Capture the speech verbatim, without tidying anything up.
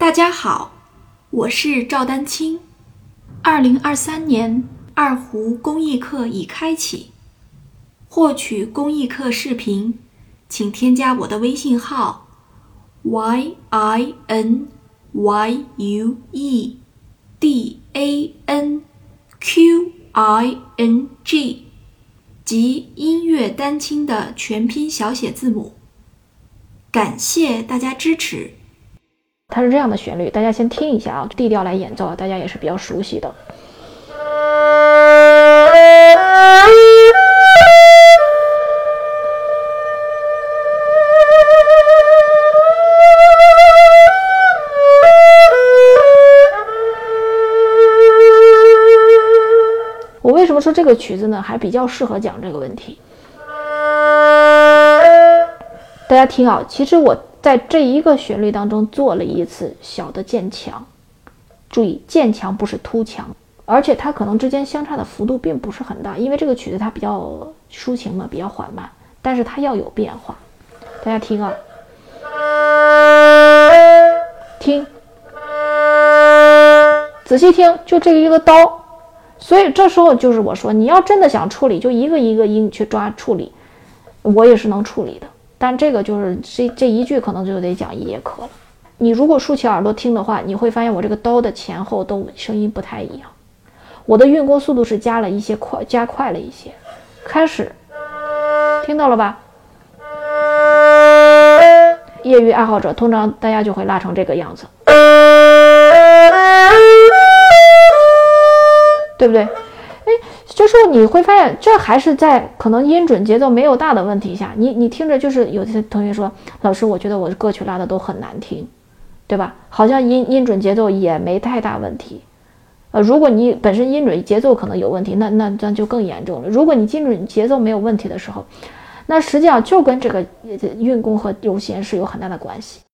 大家好，我是赵丹青。二零二三年二胡公益课已开启，获取公益课视频，请添加我的微信号 y i n y u e d a n q i n g， 即音乐丹青的全拼小写字母。感谢大家支持。 它是这样的旋律，大家先听一下啊， D 调来演奏，大家也是比较熟悉的。我为什么说这个曲子呢，还比较适合讲这个问题？大家听啊，其实我在这一个旋律当中做了一次小的渐强，注意渐强不是突强，而且它可能之间相差的幅度并不是很大，因为这个曲子它比较抒情嘛，比较缓慢，但是它要有变化。大家听啊，听，仔细听，就这一个刀。所以这时候就是我说，你要真的想处理，就一个一个音去抓处理，我也是能处理的。但这个就是这这一句可能就得讲一节课了。你如果竖起耳朵听的话，你会发现我这个刀的前后都声音不太一样。我的运弓速度是加了一些快，加快了一些。开始，听到了吧？业余爱好者通常大家就会拉成这个样子，对不对？哎，这时候你会发现，这还是在可能音准节奏没有大的问题下，你你听着就是有些同学说，老师，我觉得我的歌曲拉的都很难听，对吧？好像音音准节奏也没太大问题。呃，如果你本身音准节奏可能有问题，那那那就更严重了。如果你音准节奏没有问题的时候，那实际上就跟这个运弓和揉弦是有很大的关系。